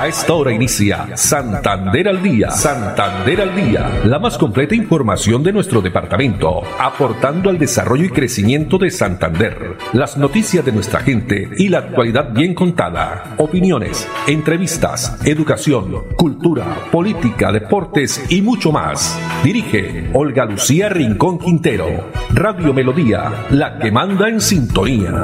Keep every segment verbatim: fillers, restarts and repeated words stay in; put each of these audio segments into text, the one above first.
A esta hora inicia Santander al Día. Santander al Día, la más completa información de nuestro departamento, aportando al desarrollo y crecimiento de Santander. Las noticias de nuestra gente y la actualidad bien contada. Opiniones, entrevistas, educación, cultura, política, deportes y mucho más. Dirige Olga Lucía Rincón Quintero. Radio Melodía, la que manda en sintonía.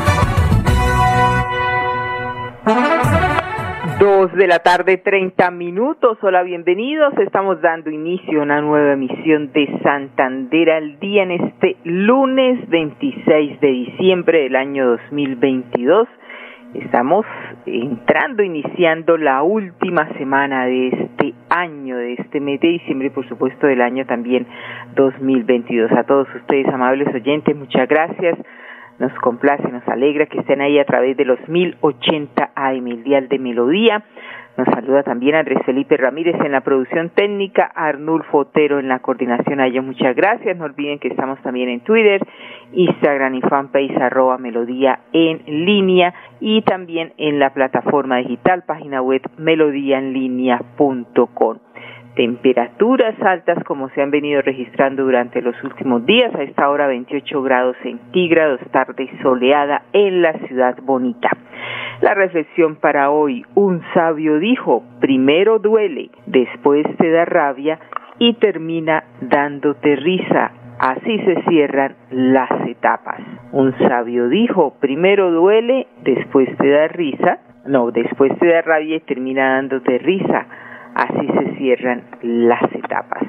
Dos de la tarde, treinta minutos. Hola, bienvenidos. Estamos dando inicio a una nueva emisión de Santander al Día en este lunes veintiséis de diciembre del año dos mil veintidós. Estamos entrando, iniciando la última semana de este año, de este mes de diciembre y por supuesto del año también dos mil veintidós. A todos ustedes, amables oyentes, muchas gracias. Nos complace, nos alegra que estén ahí a través de los mil ochenta A M, el dial de Melodía. Nos saluda también Andrés Felipe Ramírez en la producción técnica, Arnulfo Otero en la coordinación. A ellos muchas gracias. No olviden que estamos también en Twitter, Instagram y fanpage arroba Melodía en línea y también en la plataforma digital, página web melodíaenlínea punto com. Temperaturas altas como se han venido registrando durante los últimos días. A esta hora veintiocho grados centígrados, tarde soleada en la ciudad bonita. La reflexión para hoy: un sabio dijo, primero duele, después te da rabia y termina dándote risa. Así se cierran las etapas. Un sabio dijo, primero duele, después te da risa, no, después te da rabia y termina dándote risa. Así se cierran las etapas.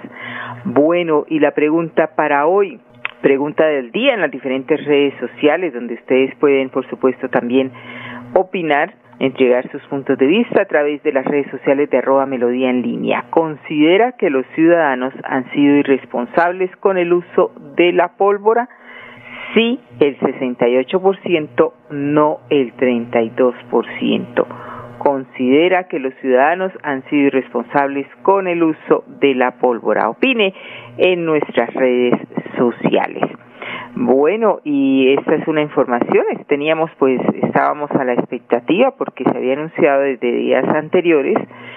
Bueno, y la pregunta para hoy, pregunta del día en las diferentes redes sociales, donde ustedes pueden, por supuesto, también opinar, entregar sus puntos de vista a través de las redes sociales de arroba Melodía en línea. ¿Considera que los ciudadanos han sido irresponsables con el uso de la pólvora? Sí, el sesenta y ocho por ciento, no el treinta y dos por ciento. Considera que los ciudadanos han sido irresponsables con el uso de la pólvora. Opine en nuestras redes sociales. Bueno, y esta es una información. Teníamos, pues, estábamos a la expectativa porque se había anunciado desde días anteriores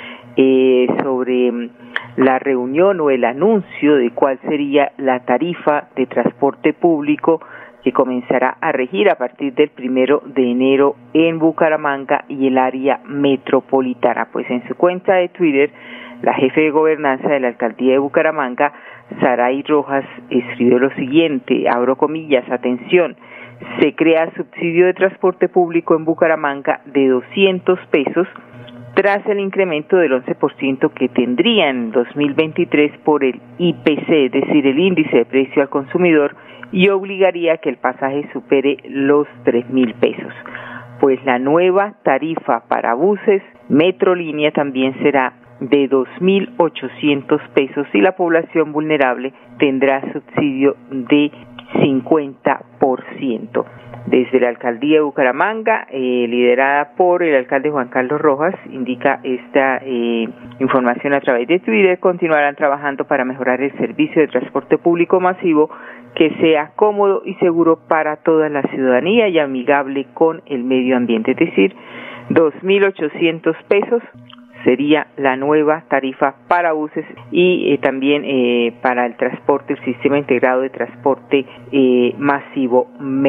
eh, sobre la reunión o el anuncio de cuál sería la tarifa de transporte público que comenzará a regir a partir del primero de enero en Bucaramanga y el área metropolitana. Pues en su cuenta de Twitter, la jefe de gobernanza de la alcaldía de Bucaramanga, Saray Rojas, escribió lo siguiente, abro comillas, atención, se crea subsidio de transporte público en Bucaramanga de doscientos pesos tras el incremento del once por ciento que tendría en dos mil veintitrés por el I P C, es decir, el índice de precio al consumidor, y obligaría a que el pasaje supere los tres mil pesos. Pues la nueva tarifa para buses Metrolínea también será de dos mil ochocientos pesos y la población vulnerable tendrá subsidio de cincuenta por ciento. Desde la alcaldía de Bucaramanga, eh, liderada por el alcalde Juan Carlos Rojas, indica esta eh, información a través de Twitter, continuarán trabajando para mejorar el servicio de transporte público masivo que sea cómodo y seguro para toda la ciudadanía y amigable con el medio ambiente, es decir, dos mil ochocientos pesos sería la nueva tarifa para buses y eh, también eh, para el transporte, el sistema integrado de transporte eh, masivo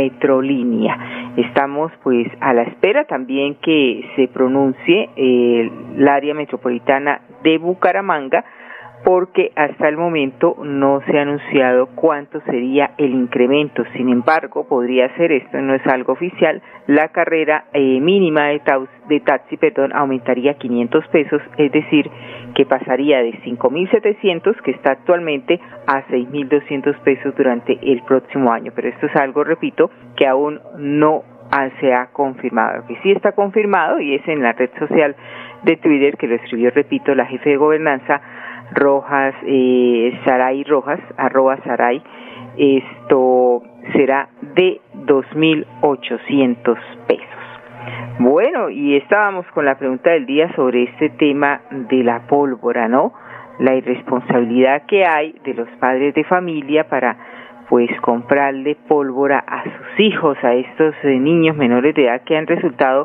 Metrolínea. Estamos pues a la espera también que se pronuncie eh, el área metropolitana de Bucaramanga, porque hasta el momento no se ha anunciado cuánto sería el incremento. Sin embargo, podría ser, esto no es algo oficial, la carrera eh, mínima de, taus, de taxi perdón, aumentaría a quinientos pesos, es decir, que pasaría de cinco mil setecientos, que está actualmente, a seis mil doscientos pesos durante el próximo año. Pero esto es algo, repito, que aún no se ha confirmado. Lo que sí está confirmado, y es en la red social de Twitter, que lo escribió, repito, la jefe de gobernanza, Rojas, eh, Saray Rojas, arroba Saray, esto será de dos mil ochocientos pesos. Bueno, y estábamos con la pregunta del día sobre este tema de la pólvora, ¿no? La irresponsabilidad que hay de los padres de familia para, pues, comprarle pólvora a sus hijos, a estos eh, niños menores de edad que han resultado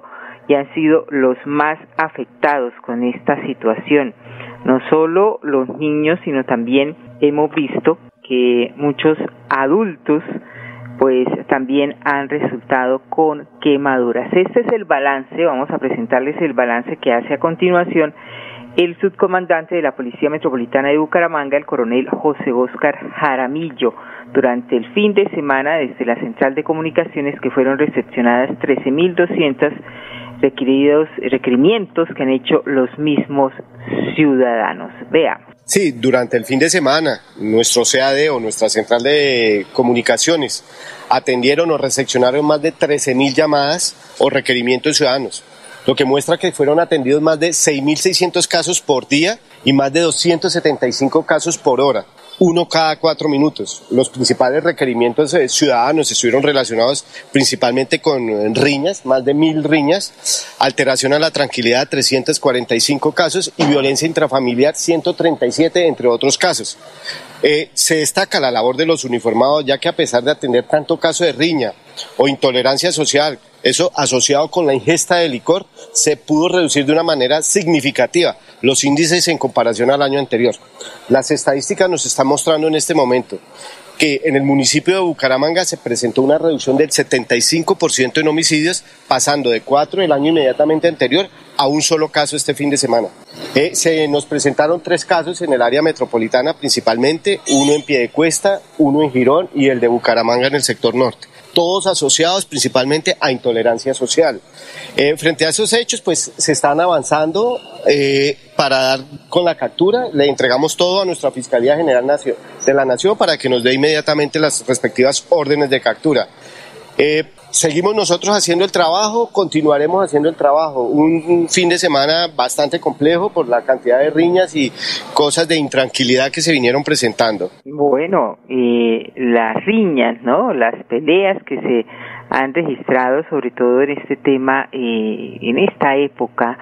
y han sido los más afectados con esta situación. No solo los niños, sino también hemos visto que muchos adultos pues también han resultado con quemaduras. Este es el balance, vamos a presentarles el balance que hace a continuación el subcomandante de la Policía Metropolitana de Bucaramanga, el coronel José Óscar Jaramillo, durante el fin de semana desde la Central de Comunicaciones, que fueron recepcionadas trece mil doscientos requeridos, requerimientos que han hecho los mismos ciudadanos. Veamos. Sí, durante el fin de semana, nuestro C A D o nuestra Central de Comunicaciones atendieron o recepcionaron más de trece mil llamadas o requerimientos ciudadanos, lo que muestra que fueron atendidos más de seis mil seiscientos casos por día y más de doscientos setenta y cinco casos por hora, uno cada cuatro minutos. Los principales requerimientos ciudadanos estuvieron relacionados principalmente con riñas, más de mil riñas, alteración a la tranquilidad, trescientos cuarenta y cinco casos, y violencia intrafamiliar, ciento treinta y siete, entre otros casos. Eh, se destaca la labor de los uniformados, ya que a pesar de atender tanto caso de riña o intolerancia social, eso asociado con la ingesta de licor, se pudo reducir de una manera significativa los índices en comparación al año anterior. Las estadísticas nos están mostrando en este momento que en el municipio de Bucaramanga se presentó una reducción del setenta y cinco por ciento en homicidios, pasando de cuatro el año inmediatamente anterior a un solo caso este fin de semana. Eh, se nos presentaron tres casos en el área metropolitana principalmente, uno en Piedecuesta, uno en Girón y el de Bucaramanga en el sector norte, todos asociados principalmente a intolerancia social. Eh, frente a esos hechos, pues se están avanzando eh, para dar con la captura. Le entregamos todo a nuestra Fiscalía General de la Nación para que nos dé inmediatamente las respectivas órdenes de captura. Eh, seguimos nosotros haciendo el trabajo, continuaremos haciendo el trabajo. Un, un fin de semana bastante complejo por la cantidad de riñas y cosas de intranquilidad que se vinieron presentando. Bueno, eh, las riñas, ¿no? Las peleas que se han registrado, sobre todo en este tema, eh, en esta época,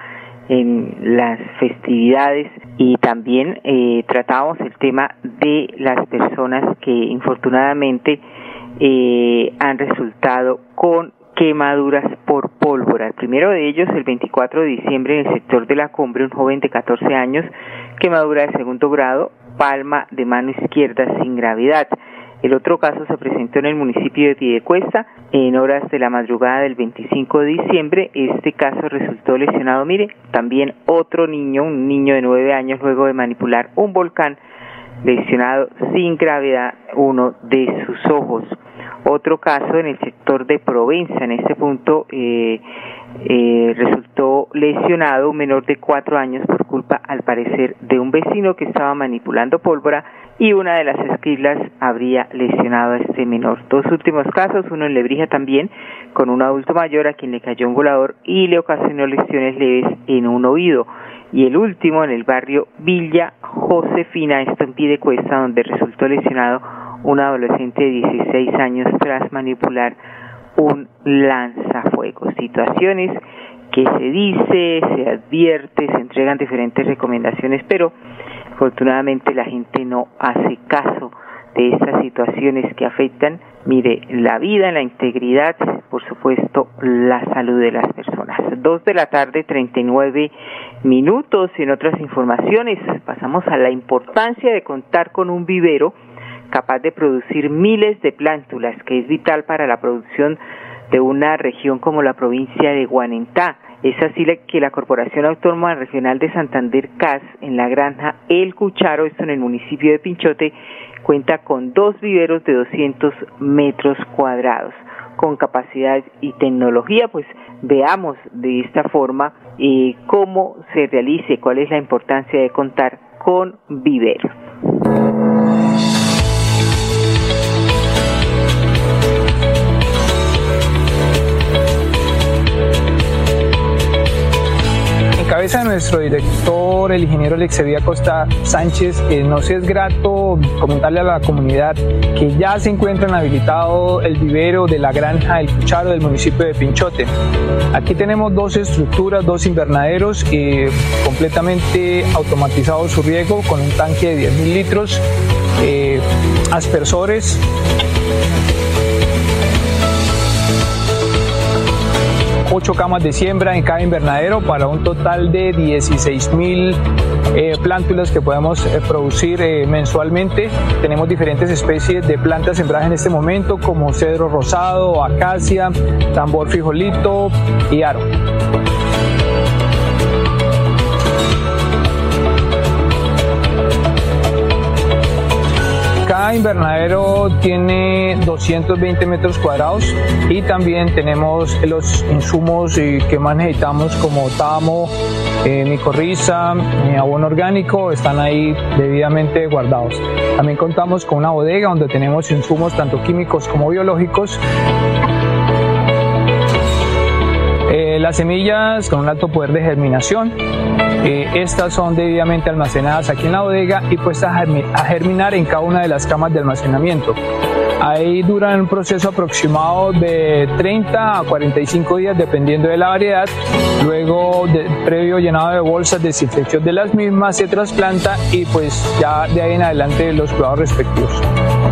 en las festividades, y también eh, tratábamos el tema de las personas que infortunadamente eh, han resultado con quemaduras por pólvora. El primero de ellos, el veinticuatro de diciembre, en el sector de La Cumbre, un joven de catorce años, quemadura de segundo grado, palma de mano izquierda sin gravedad. El otro caso se presentó en el municipio de Piedecuesta en horas de la madrugada del veinticinco de diciembre. Este caso resultó lesionado, mire, también otro niño, un niño de nueve años, luego de manipular un volcán, lesionado sin gravedad uno de sus ojos. Otro caso en el sector de Provenza, en este punto eh, eh, resultó lesionado un menor de cuatro años por culpa, al parecer, de un vecino que estaba manipulando pólvora, y una de las esquirlas habría lesionado a este menor. Dos últimos casos, uno en Lebrija también, con un adulto mayor a quien le cayó un volador y le ocasionó lesiones leves en un oído. Y el último en el barrio Villa Josefina, esto en Piedecuesta, donde resultó lesionado un adolescente de dieciséis años tras manipular un lanzafuegos. Situaciones que se dice, se advierte, se entregan diferentes recomendaciones, pero afortunadamente la gente no hace caso de estas situaciones que afectan, mire, la vida, la integridad, por supuesto, la salud de las personas. Dos de la tarde, treinta y nueve minutos. En otras informaciones, pasamos a la importancia de contar con un vivero capaz de producir miles de plántulas, que es vital para la producción de una región como la provincia de Guanentá. Es así que la Corporación Autónoma Regional de Santander, C A S, en la granja El Cucharo, esto en el municipio de Pinchote, cuenta con dos viveros de doscientos metros cuadrados. Con capacidad y tecnología, pues veamos de esta forma eh, cómo se realice, cuál es la importancia de contar con viveros. Cabeza de nuestro director, el ingeniero Alexevía Costa Sánchez, eh, nos es grato comentarle a la comunidad que ya se encuentra habilitado el vivero de la granja El Cucharo del municipio de Pinchote. Aquí tenemos dos estructuras, dos invernaderos eh, completamente automatizados su riego con un tanque de diez mil litros, eh, aspersores, ocho camas de siembra en cada invernadero para un total de dieciséis mil eh, plántulas que podemos eh, producir eh, mensualmente. Tenemos diferentes especies de plantas sembradas en este momento como cedro rosado, acacia, tambor frijolito y aro. Cada invernadero tiene doscientos veinte metros cuadrados y también tenemos los insumos que más necesitamos como tamo, eh, micorriza, eh, abono orgánico, están ahí debidamente guardados. También contamos con una bodega donde tenemos insumos tanto químicos como biológicos. Eh, las semillas con un alto poder de germinación, eh, estas son debidamente almacenadas aquí en la bodega y puestas a germinar en cada una de las camas de almacenamiento. Ahí duran un proceso aproximado de treinta a cuarenta y cinco días dependiendo de la variedad. Luego, de, previo llenado de bolsas, desinfección de las mismas, se trasplanta y pues ya de ahí en adelante los cuidados respectivos.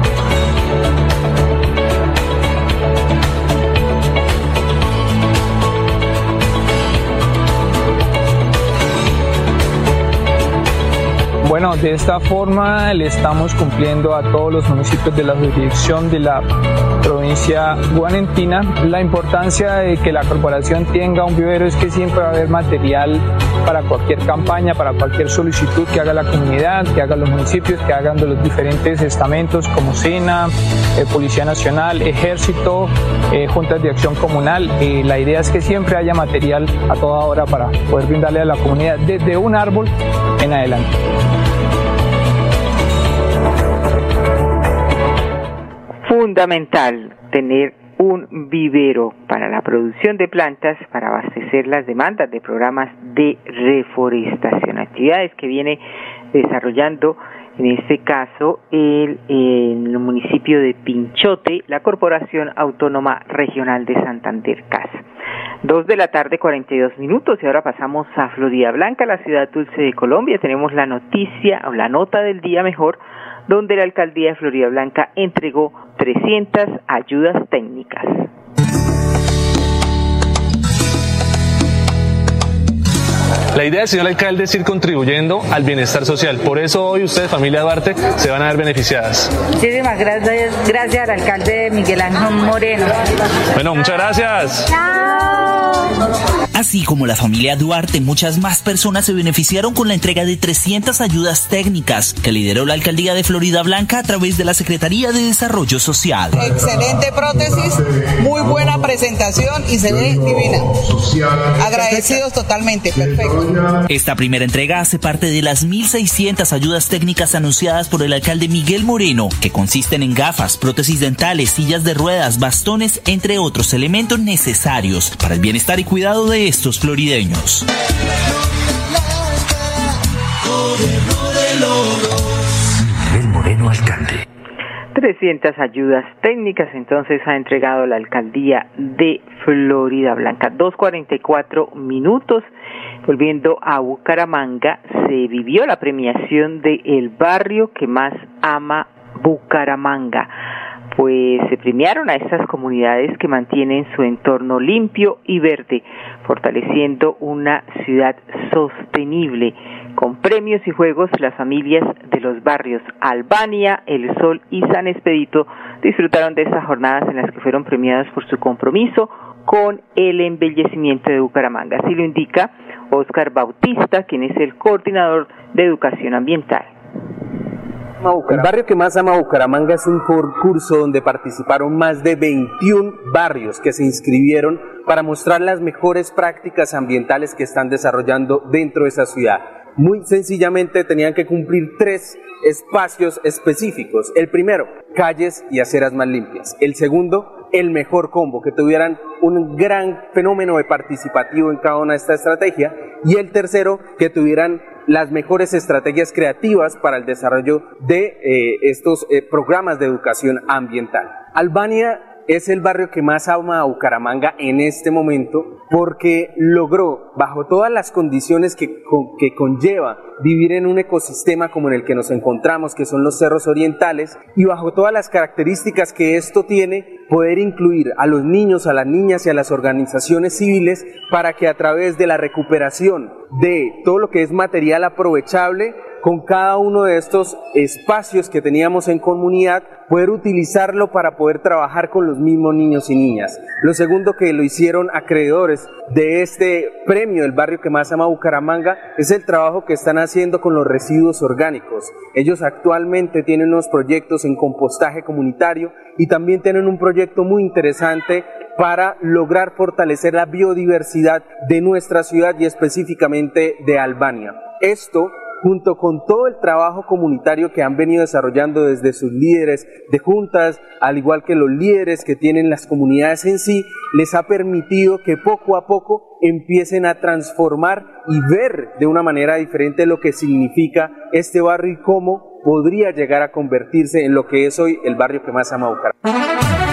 Bueno, de esta forma le estamos cumpliendo a todos los municipios de la jurisdicción de la provincia guanentina. La importancia de que la corporación tenga un vivero es que siempre va a haber material para cualquier campaña, para cualquier solicitud que haga la comunidad, que hagan los municipios, que hagan los diferentes estamentos como SENA, eh, Policía Nacional, Ejército, eh, Juntas de Acción Comunal. Eh, la idea es que siempre haya material a toda hora para poder brindarle a la comunidad desde un árbol en adelante. Fundamental tener un vivero para la producción de plantas para abastecer las demandas de programas de reforestación, actividades que viene desarrollando en este caso el, en el municipio de Pinchote, la Corporación Autónoma Regional de Santander, CASA. Dos de la tarde, cuarenta y dos minutos, y ahora pasamos a Florida Blanca, la ciudad dulce de Colombia. Tenemos la noticia, o la nota del día mejor, donde la alcaldía de Florida Blanca entregó trescientas ayudas técnicas. La idea del señor alcalde es ir contribuyendo al bienestar social. Por eso hoy ustedes, familia Duarte, se van a ver beneficiadas. Muchísimas gracias, gracias al alcalde Miguel Ángel Moreno. Bueno, muchas gracias. Así como la familia Duarte, muchas más personas se beneficiaron con la entrega de trescientas ayudas técnicas que lideró la alcaldía de Florida Blanca a través de la Secretaría de Desarrollo Social. Excelente prótesis, muy buena presentación y se ve divina. Agradecidos totalmente, perfecto. Esta primera entrega hace parte de las mil seiscientas ayudas técnicas anunciadas por el alcalde Miguel Moreno, que consisten en gafas, prótesis dentales, sillas de ruedas, bastones, entre otros elementos necesarios para el bienestar y cuidado de estos florideños. Miguel Moreno, alcalde. trescientas ayudas técnicas entonces ha entregado la alcaldía de Florida Blanca. dos cuarenta y cuatro minutos. Volviendo a Bucaramanga, se vivió la premiación de El Barrio que Más Ama Bucaramanga. Pues se premiaron a estas comunidades que mantienen su entorno limpio y verde, fortaleciendo una ciudad sostenible. Con premios y juegos, las familias de los barrios Albania, El Sol y San Expedito disfrutaron de estas jornadas en las que fueron premiados por su compromiso con el embellecimiento de Bucaramanga. Así lo indica Óscar Bautista, quien es el coordinador de educación ambiental. El barrio que más ama Bucaramanga es un concurso donde participaron más de veintiún barrios que se inscribieron para mostrar las mejores prácticas ambientales que están desarrollando dentro de esa ciudad. Muy sencillamente tenían que cumplir tres espacios específicos. El primero, calles y aceras más limpias. El segundo, el mejor combo, que tuvieran un gran fenómeno de participativo en cada una de esta estrategia. Y el tercero, que tuvieran las mejores estrategias creativas para el desarrollo de eh, estos eh, programas de educación ambiental. Albania es el barrio que más ama a Bucaramanga en este momento, porque logró, bajo todas las condiciones que, que conlleva vivir en un ecosistema como en el que nos encontramos, que son los cerros orientales, y bajo todas las características que esto tiene, poder incluir a los niños, a las niñas y a las organizaciones civiles para que a través de la recuperación de todo lo que es material aprovechable, con cada uno de estos espacios que teníamos en comunidad, poder utilizarlo para poder trabajar con los mismos niños y niñas. Lo segundo, que lo hicieron acreedores de este premio del barrio que más ama Bucaramanga, es el trabajo que están haciendo con los residuos orgánicos. Ellos actualmente tienen unos proyectos en compostaje comunitario y también tienen un proyecto muy interesante para lograr fortalecer la biodiversidad de nuestra ciudad y específicamente de Albania. Esto, junto con todo el trabajo comunitario que han venido desarrollando desde sus líderes de juntas, al igual que los líderes que tienen las comunidades en sí, les ha permitido que poco a poco empiecen a transformar y ver de una manera diferente lo que significa este barrio y cómo podría llegar a convertirse en lo que es hoy el barrio que más ama Bucaramanga.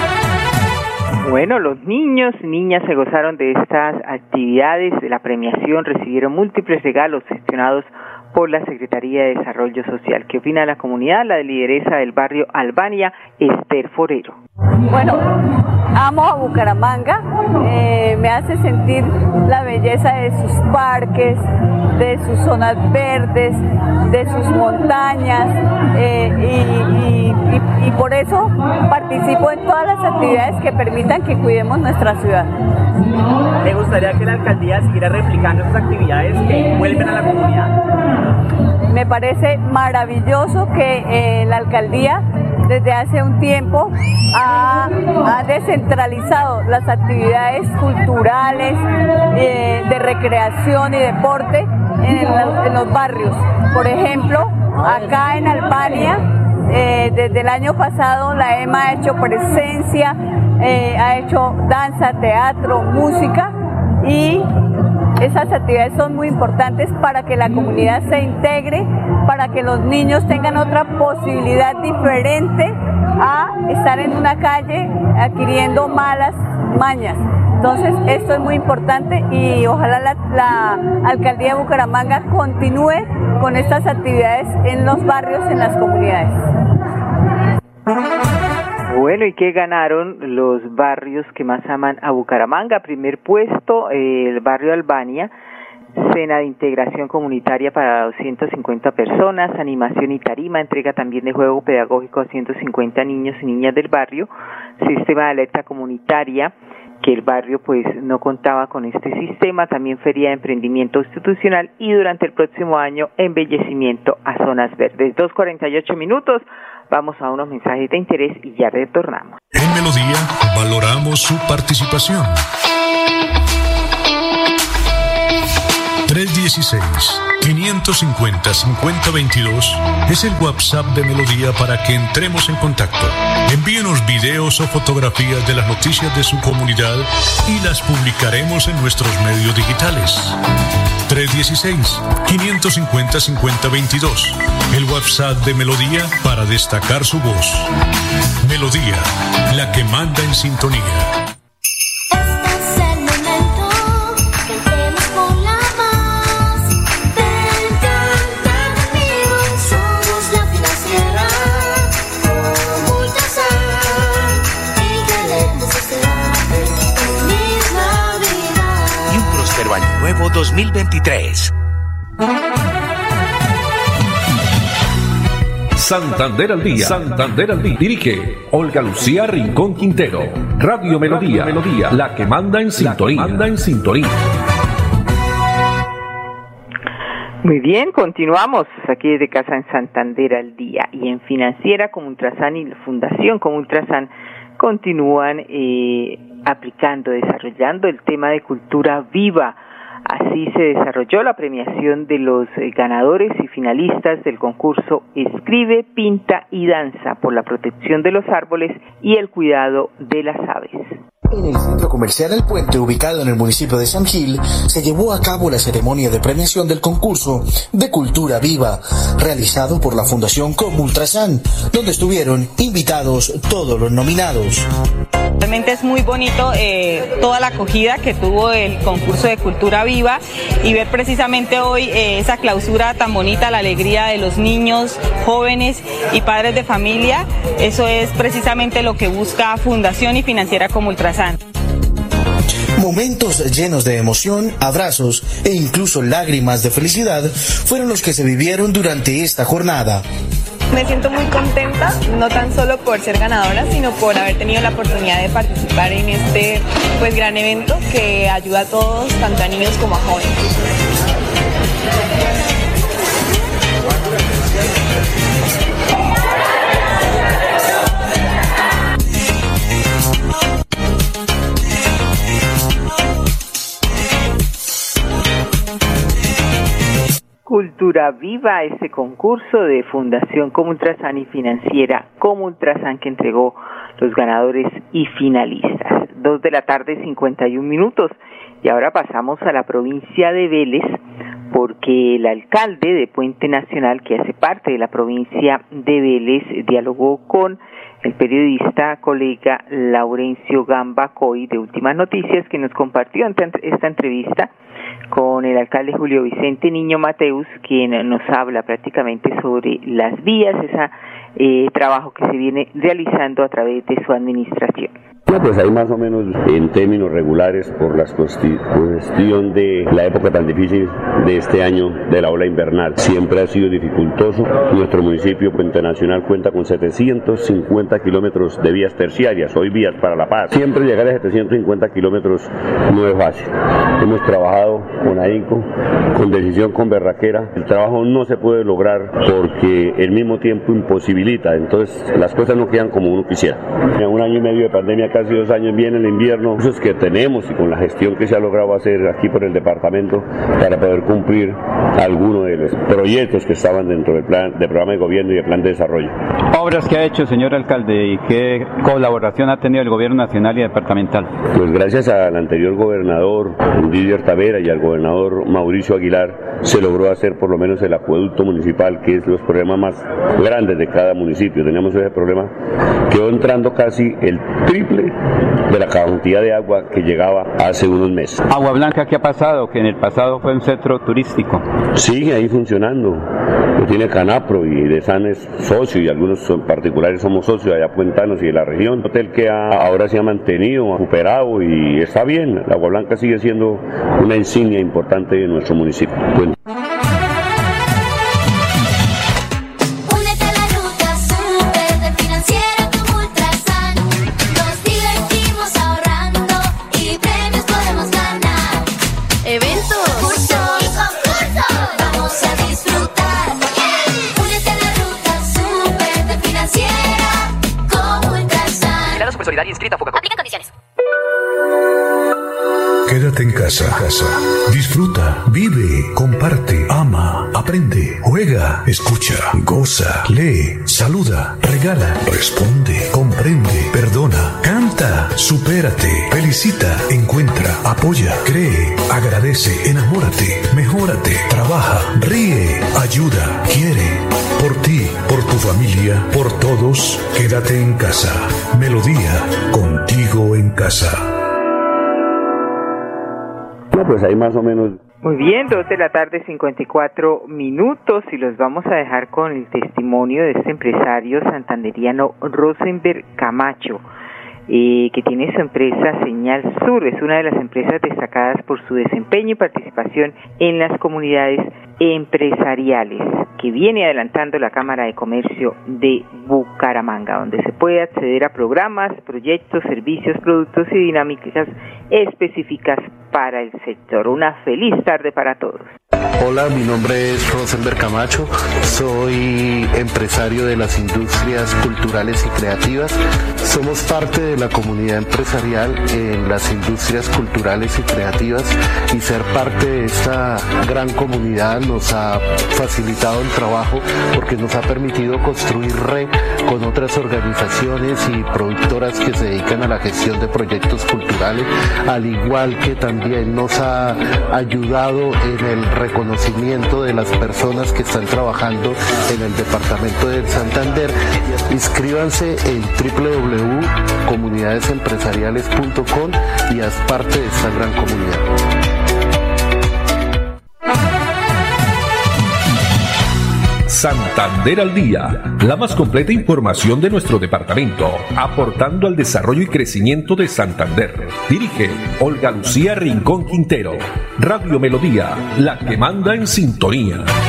Bueno, los niños y niñas se gozaron de estas actividades, de la premiación, recibieron múltiples regalos gestionados por la Secretaría de Desarrollo Social. ¿Qué opina la comunidad? La lideresa del barrio Albania, Esther Forero. Bueno, amo a Bucaramanga, eh, me hace sentir la belleza de sus parques, de sus zonas verdes, de sus montañas, eh, y, y, y, y por eso participo en todas las actividades que permitan que cuidemos nuestra ciudad. ¿Le gustaría que la alcaldía siguiera replicando esas actividades que vuelven a la comunidad? Me parece maravilloso que eh, la alcaldía desde hace un tiempo ha, ha descentralizado las actividades culturales, eh, de recreación y deporte en, el, en los barrios. Por ejemplo, acá en Albania, eh, desde el año pasado la E M A ha hecho presencia, eh, ha hecho danza, teatro, música, y esas actividades son muy importantes para que la comunidad se integre, para que los niños tengan otra posibilidad diferente a estar en una calle adquiriendo malas mañas. Entonces esto es muy importante y ojalá la, la alcaldía de Bucaramanga continúe con estas actividades en los barrios, en las comunidades. Bueno, ¿y qué ganaron los barrios que más aman a Bucaramanga? Primer puesto, eh, el barrio Albania, cena de integración comunitaria para doscientas cincuenta personas, animación y tarima, entrega también de juego pedagógico a ciento cincuenta niños y niñas del barrio, sistema de alerta comunitaria, que el barrio pues no contaba con este sistema, también feria de emprendimiento institucional y durante el próximo año embellecimiento a zonas verdes. dos cuarenta y ocho minutos, vamos a unos mensajes de interés y ya retornamos. En Melodía valoramos su participación. tres dieciséis, quinientos cincuenta, cincuenta veintidós es el WhatsApp de Melodía para que entremos en contacto. Envíenos videos o fotografías de las noticias de su comunidad y las publicaremos en nuestros medios digitales. tres dieciséis, quinientos cincuenta, cincuenta veintidós, el WhatsApp de Melodía para destacar su voz. Melodía, la que manda en sintonía. Nuevo dos mil veintitrés. Santander al día. Santander al día. Dirige Olga Lucía Rincón Quintero. Radio Melodía. Radio Melodía. La que manda en sintonía. Manda en sintonía. Muy bien, continuamos aquí desde casa en Santander al día. Y en Financiera Comultrasan y la Fundación Comultrasan continúan eh, aplicando, desarrollando el tema de cultura viva. Así se desarrolló la premiación de los ganadores y finalistas del concurso Escribe, Pinta y Danza por la protección de los árboles y el cuidado de las aves. En el Centro Comercial El Puente, ubicado en el municipio de San Gil, se llevó a cabo la ceremonia de premiación del concurso de Cultura Viva, realizado por la Fundación Comultrasan, donde estuvieron invitados todos los nominados. Realmente es muy bonito eh, toda la acogida que tuvo el concurso de Cultura Viva y ver precisamente hoy eh, esa clausura tan bonita, la alegría de los niños, jóvenes y padres de familia. Eso es precisamente lo que busca Fundación y Financiera como Ultrasan. Momentos llenos de emoción, abrazos e incluso lágrimas de felicidad fueron los que se vivieron durante esta jornada. Me siento muy contenta, no tan solo por ser ganadora, sino por haber tenido la oportunidad de participar en este pues, gran evento que ayuda a todos, tanto a niños como a jóvenes. Cultura Viva, ese concurso de Fundación Comultrasan y Financiera Comultrasan que entregó los ganadores y finalistas. Dos de la tarde, cincuenta y un minutos. Y ahora pasamos a la provincia de Vélez, porque el alcalde de Puente Nacional, que hace parte de la provincia de Vélez, dialogó con el periodista colega Laurencio Gambacoy de Últimas Noticias, que nos compartió esta entrevista con el alcalde Julio Vicente Niño Mateus, quien nos habla prácticamente sobre las vías, ese eh, trabajo que se viene realizando a través de su administración. No, pues ahí más o menos en términos regulares por la cuestión de la época tan difícil de este año de la ola invernal. Siempre ha sido dificultoso. Nuestro municipio Puente Nacional cuenta con setecientos cincuenta kilómetros de vías terciarias, hoy vías para la paz. Siempre llegar a setecientos cincuenta kilómetros no es fácil. Hemos trabajado con ahínco, con decisión, con berraquera. El trabajo no se puede lograr porque el mismo tiempo imposibilita, entonces las cosas no quedan como uno quisiera. En un año y medio de pandemia, casi dos años, viene el invierno, esos que tenemos y con la gestión que se ha logrado hacer aquí por el departamento para poder cumplir algunos de los proyectos que estaban dentro del plan de programa de gobierno y de plan de desarrollo. Obras que ha hecho, señor alcalde, y qué colaboración ha tenido el gobierno nacional y departamental. Pues gracias al anterior gobernador Didier Tavera y al gobernador Mauricio Aguilar se logró hacer por lo menos el acueducto municipal, que es los problemas más grandes de cada municipio. Teníamos ese problema, quedó entrando casi el triple de la cantidad de agua que llegaba hace unos meses. Agua Blanca, ¿qué ha pasado? Que en el pasado fue un centro turístico. Sigue ahí funcionando. Lo tiene Canapro y Desan es socio y algunos son particulares somos socios allá puentanos y de la región. Un hotel que ha, ahora se ha mantenido, ha recuperado y está bien. La Agua Blanca sigue siendo una insignia importante de nuestro municipio. Bueno. Aplican condiciones. Quédate en casa, casa. Disfruta, vive, comparte, ama, aprende, juega, escucha, goza, lee, saluda, regala, responde, comprende, perdona, canta, supérate, felicita, encuentra, apoya, cree, agradece, enamórate, mejórate, trabaja, ríe, ayuda, quiere. Por ti, por tu familia, por todos, quédate en casa. Melodía, contigo en casa. No, pues ahí más o menos. Muy bien, dos de la tarde, cincuenta y cuatro minutos, y los vamos a dejar con el testimonio de este empresario santanderiano Rosenberg Camacho, eh, que tiene su empresa Señal Sur. Es una de las empresas destacadas por su desempeño y participación en las comunidades empresariales, que viene adelantando la Cámara de Comercio de Bucaramanga, donde se puede acceder a programas, proyectos, servicios, productos y dinámicas específicas para el sector. Una feliz tarde para todos. Hola, mi nombre es Rosenberg Camacho, soy empresario de las industrias culturales y creativas. Somos parte de la comunidad empresarial en las industrias culturales y creativas, y ser parte de esta gran comunidad nos ha facilitado el trabajo porque nos ha permitido construir red con otras organizaciones y productoras que se dedican a la gestión de proyectos culturales, al igual que también nos ha ayudado en el reconocimiento de las personas que están trabajando en el departamento de Santander. Inscríbanse en doble u doble u doble u punto comunidades empresariales punto com y haz parte de esta gran comunidad. Santander al Día, la más completa información de nuestro departamento, aportando al desarrollo y crecimiento de Santander. Dirige Olga Lucía Rincón Quintero. Radio Melodía, la que manda en sintonía.